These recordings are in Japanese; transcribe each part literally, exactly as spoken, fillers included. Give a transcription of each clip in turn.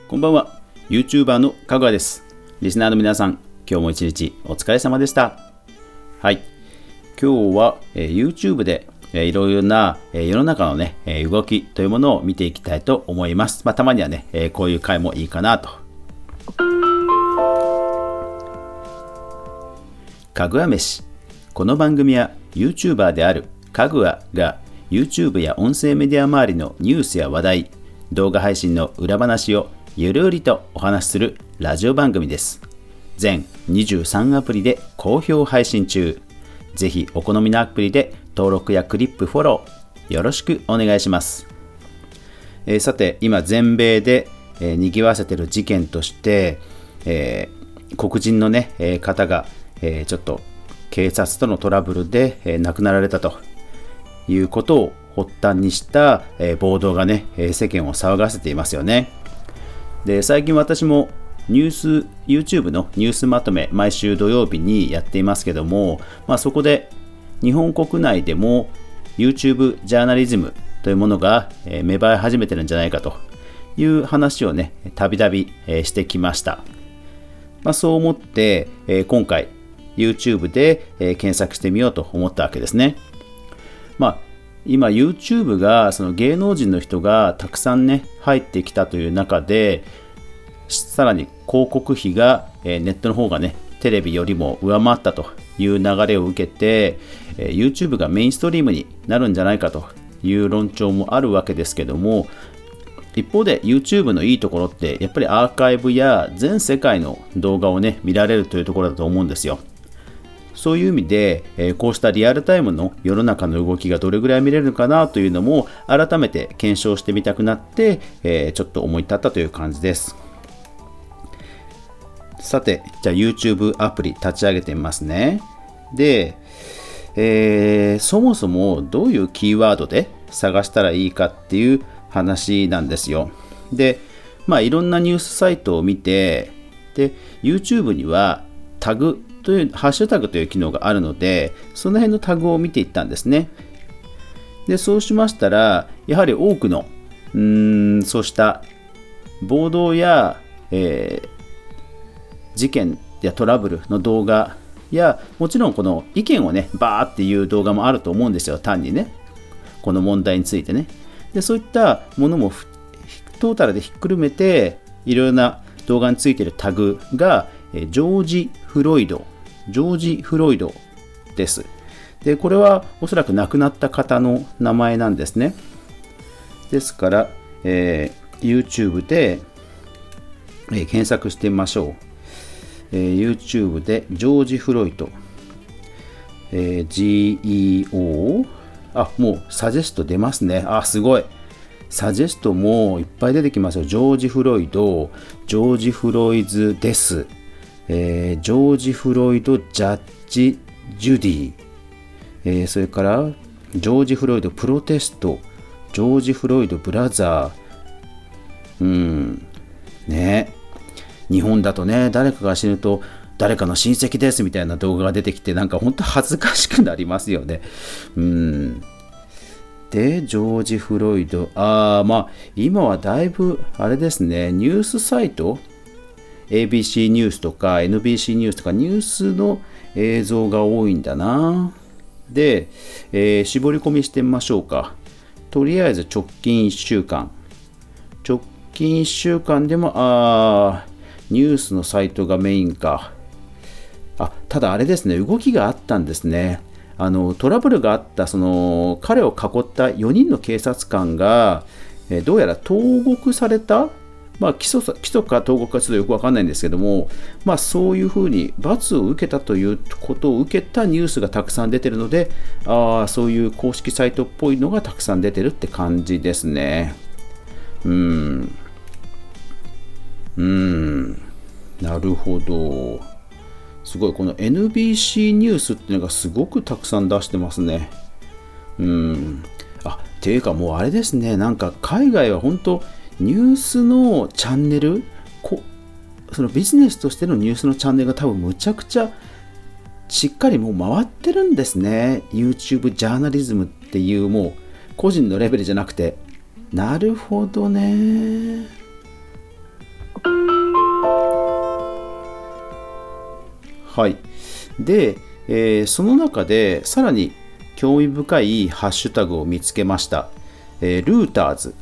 こんばんは。YouTuber のかぐわです。リスナーの皆さん、今日も一日お疲れ様でした。はい。今日は、えー、YouTube で、えー、いろいろな、えー、世の中のね、えー、動きというものを見ていきたいと思います。まあ、たまにはね、えー、こういう回もいいかなと。かぐわ飯。この番組は YouTuber であるかぐわが YouTube や音声メディア周りのニュースや話題、動画配信の裏話をゆるりとお話しするラジオ番組です。全にじゅうさんアプリで好評配信中。ぜひお好みのアプリで登録やクリップ、フォローよろしくお願いします。えー、さて、今全米で、えー、賑わせている事件として、えー、黒人の、ねえー、方が、えー、ちょっと警察とのトラブルで、えー、亡くなられたということを発端にした、えー、暴動がね、世間を騒がせていますよね。で、最近私もニュース YouTube のニュースまとめ毎週土曜日にやっていますけども、まあ、そこで日本国内でも YouTube ジャーナリズムというものが芽生え始めてるんじゃないかという話をねたびたびしてきました。まあ、そう思って今回 YouTube で検索してみようと思ったわけですね。まあ今 YouTube がその芸能人の人がたくさんね入ってきたという中で、さらに広告費が、えー、ネットの方がねテレビよりも上回ったという流れを受けて、えー、YouTube がメインストリームになるんじゃないかという論調もあるわけですけども、一方で YouTube のいいところってやっぱりアーカイブや全世界の動画をね見られるというところだと思うんですよ。そういう意味で、えー、こうしたリアルタイムの世の中の動きがどれぐらい見れるのかなというのも改めて検証してみたくなって、えー、ちょっと思い立ったという感じです。さて、じゃあ YouTube アプリ立ち上げてみますね。で、えー、そもそもどういうキーワードで探したらいいかっていう話なんですよ。で、まあいろんなニュースサイトを見て、で、YouTube にはタグというハッシュタグという機能があるので、その辺のタグを見ていったんですね。で、そうしましたら、やはり多くのうーんそうした暴動や、えー、事件やトラブルの動画や、もちろんこの意見をねバーっていう動画もあると思うんですよ。単にねこの問題についてね。で、そういったものもトータルでひっくるめていろいろな動画についているタグがジョージ・フロイドジョージ・フロイドです。で、これはおそらく亡くなった方の名前なんですね。ですから、えー、YouTube で、えー、検索してみましょう。えー、YouTube でジョージ・フロイド、えー、ジーイーオー あ、もうサジェスト出ますね。あ、すごい。サジェストもいっぱい出てきますよ。ジョージ・フロイド、ジョージ・フロイズです。えー、ジョージ・フロイド・ジャッジ・ジュディ、えー、それからジョージ・フロイド・プロテスト、ジョージ・フロイド・ブラザー。うんね、日本だとね誰かが死ぬと誰かの親戚ですみたいな動画が出てきて、なんか本当恥ずかしくなりますよね。うんで、ジョージ・フロイド、あーまあ今はだいぶあれですね、ニュースサイトエービーシー ニュースとか エヌビーシー ニュースとかニュースの映像が多いんだな。で、えー、絞り込みしてみましょうか。とりあえず直近いっしゅうかん。直近いっしゅうかんでも、あー、ニュースのサイトがメインか。あ、ただあれですね、動きがあったんですね。あのトラブルがあったその彼を囲ったよにんの警察官が、えー、どうやら投獄された。まあ、起訴、起訴か投獄かちょっとよくわかんないんですけども、まあ、そういうふうに罰を受けたということを受けたニュースがたくさん出てるので、あそういう公式サイトっぽいのがたくさん出てるって感じですね。うーん。うーん。なるほど。すごい。この エヌビーシー ニュースっていうのがすごくたくさん出してますね。うーん。あ、っていうかもうあれですね。なんか海外は本当ニュースのチャンネル、こそのビジネスとしてのニュースのチャンネルが多分むちゃくちゃしっかりもう回ってるんですね。 YouTube ジャーナリズムっていうもう個人のレベルじゃなくて。なるほどね。 はい。で、えーその中でさらに興味深いハッシュタグを見つけました。えールーターズ。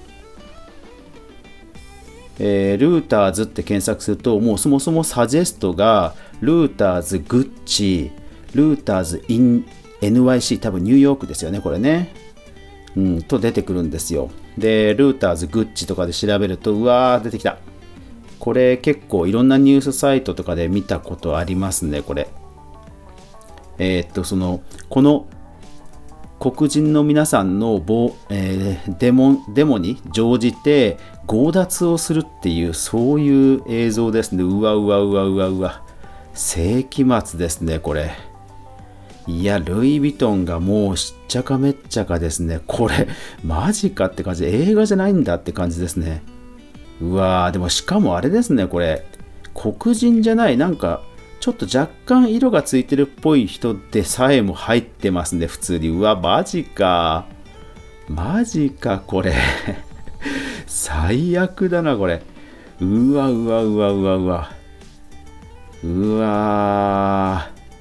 えールーターズって検索すると、もうそもそもサジェストがルーターズグッチ、ルーターズイン エヌワイシー、多分ニューヨークですよね、これね。うん、と出てくるんですよ。で、ルーターズグッチとかで調べると、うわー、出てきた。これ結構いろんなニュースサイトとかで見たことありますね、これ。えーっと、その、この黒人の皆さんの暴、えーデモ、デモに乗じて強奪をするっていう、そういう映像ですね。うわうわうわうわうわ。世紀末ですね、これ。いや、ルイ・ヴィトンがもうしっちゃかめっちゃかですね。これ、マジかって感じ。映画じゃないんだって感じですね。うわー、でもしかもあれですね、これ。黒人じゃない、なんか、ちょっと若干色がついてるっぽい人でさえも入ってますね、普通に。うわ、マジか。マジか、これ。最悪だな、これ。うわうわうわうわうわ。うわー。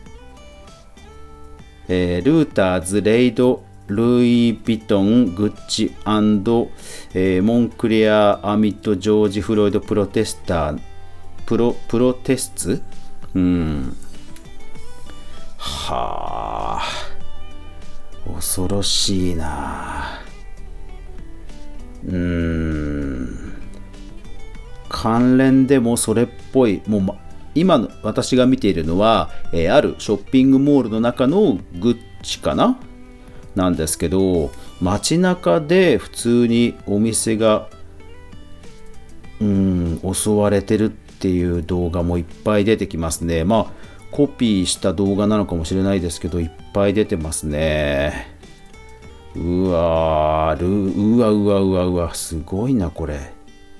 えー、ルーターズ、レイド、ルイ・ヴィトン、グッチ、えー、モンクレア、アミット、ジョージ・フロイド、プロテスター、プロ、プロテスツうん。はあ。恐ろしいな。うーん。関連でもそれっぽい、もう、ま、今の私が見ているのは、えーあるショッピングモールの中のグッチかななんですけど、街中で普通にお店がうーん襲われてるっていう動画もいっぱい出てきますね。まあコピーした動画なのかもしれないですけど、いっぱい出てますね。うわー、うわうわうわうわ、すごいなこれ。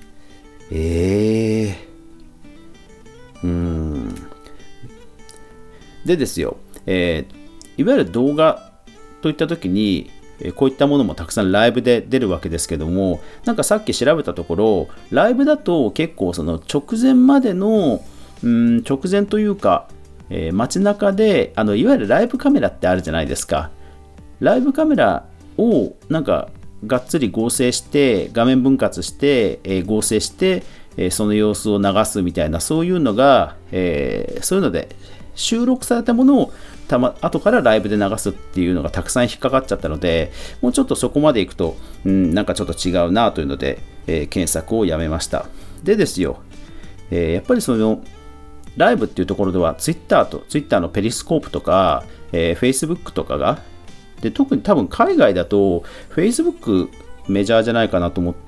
えーうーんでですよ、えーいわゆる動画といった時に、えーこういったものもたくさんライブで出るわけですけども、なんかさっき調べたところ、ライブだと結構その直前までのうーん直前というか、えー街中であのいわゆるライブカメラってあるじゃないですか。ライブカメラをなんかがっつり合成して画面分割して、えー合成してえーその様子を流すみたいな、そういうのが、えーそういうので収録されたものをたま後からライブで流すっていうのがたくさん引っかかっちゃったので、もうちょっとそこまでいくと、うん、なんかちょっと違うなというので、えー検索をやめました。でですよ、えーやっぱりそのライブっていうところでは Twitter と Twitter のペリスコープとか、えー Facebook とかがで、特に多分海外だと Facebookメジャーじゃないかなと思って、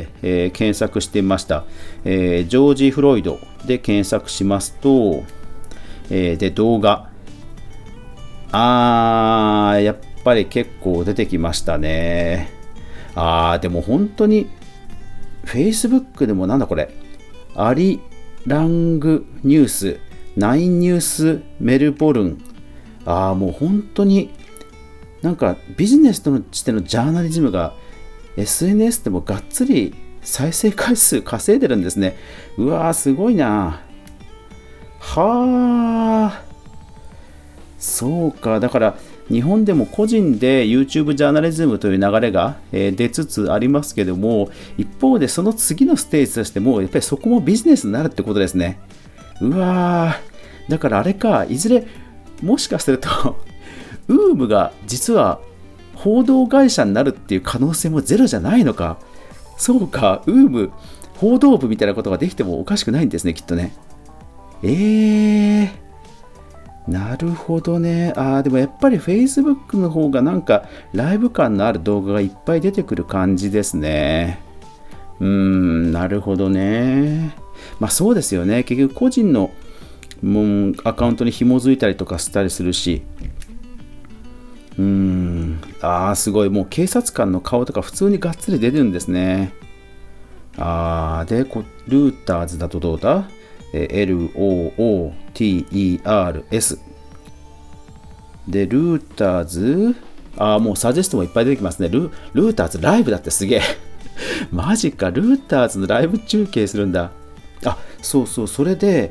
えー検索してみました、えージョージ・フロイドで検索しますと、えーで動画、あーやっぱり結構出てきましたね。あーでも本当に Facebook でもなんだこれ、アリ・ラングニュース、ナインニュースメルボルン、あーもう本当になんかビジネスとしてのジャーナリズムが エスエヌエス でもがっつり再生回数稼いでるんですね。うわーすごいな。はあ、そうか。だから日本でも個人で YouTube ジャーナリズムという流れがえー出つつありますけども、一方でその次のステージとしてもやっぱりそこもビジネスになるってことですね。うわー、だからあれか、いずれもしかするとウームが実は報道会社になるっていう可能性もゼロじゃないのか。そうか、ウーム報道部みたいなことができてもおかしくないんですね、きっとね。えー、なるほどね。あーでもやっぱり Facebook の方がなんかライブ感のある動画がいっぱい出てくる感じですね。うーん、なるほどね。まあそうですよね。結局個人のもうアカウントに紐づいたりとかしたりするし、うーん、あーすごい、もう警察官の顔とか普通にがっつり出てるんですね。あーでこルーターズだとどうだ、えー、エルオーオーティーイーアールエス でルーターズ、あーもうサジェストもいっぱい出てきますね。 ル, ルーターズライブだって、すげえマジか、ルーターズのライブ中継するんだ。あ、そうそう、それで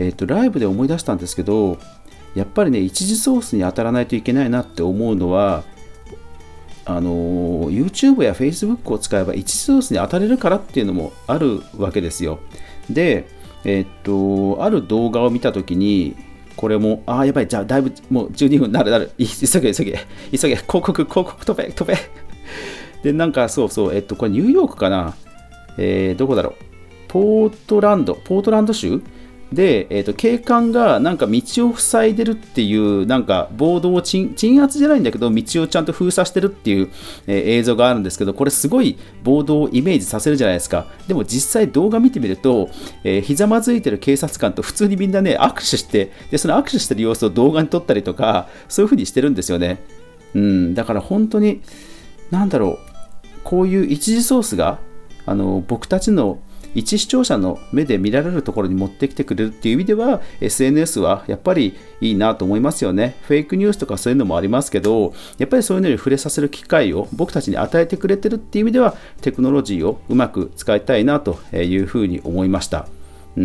えーと、ライブで思い出したんですけど、やっぱりね、一次ソースに当たらないといけないなって思うのは、あの YouTube や Facebook を使えば一次ソースに当たれるからっていうのもあるわけですよ。で、えっと、ある動画を見たときに、これも、ああ、やばい、じゃあだいぶもうじゅうにふんなるなる、急げ急げ、急げ、広告、広告飛べ、飛べ。で、なんかそうそう、えっと、これニューヨークかな、えー、どこだろう、ポートランド、ポートランド州で、えーと、警官がなんか道を塞いでるっていう、なんか暴動を鎮圧じゃないんだけど、道をちゃんと封鎖してるっていう、えー、映像があるんですけど、これすごい暴動をイメージさせるじゃないですか。でも実際動画見てみると、えー、ひざまずいてる警察官と普通にみんなね、握手して、でその握手してる様子を動画に撮ったりとか、そういう風にしてるんですよね。うん、だから本当に、なんだろう、こういう一次ソースが、あの僕たちの一視聴者の目で見られるところに持ってきてくれるっていう意味では エスエヌエス はやっぱりいいなと思いますよね。フェイクニュースとかそういうのもありますけど、やっぱりそういうのに触れさせる機会を僕たちに与えてくれてるっていう意味ではテクノロジーをうまく使いたいなというふうに思いました。うん、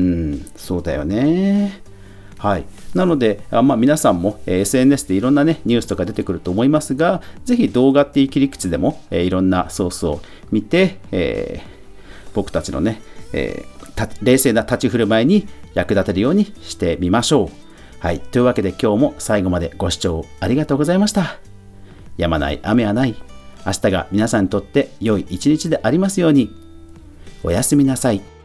そうだよね。はい、なので、あまあ、皆さんも エスエヌエス でいろんな、ね、ニュースとか出てくると思いますが、ぜひ動画っていう切り口でも、えー、いろんなソースを見て、えー、僕たちのね、えー、冷静な立ち振る舞いに役立てるようにしてみましょう。はい、というわけで今日も最後までご視聴ありがとうございました。止まない雨はない。明日が皆さんにとって良い一日でありますように。おやすみなさい。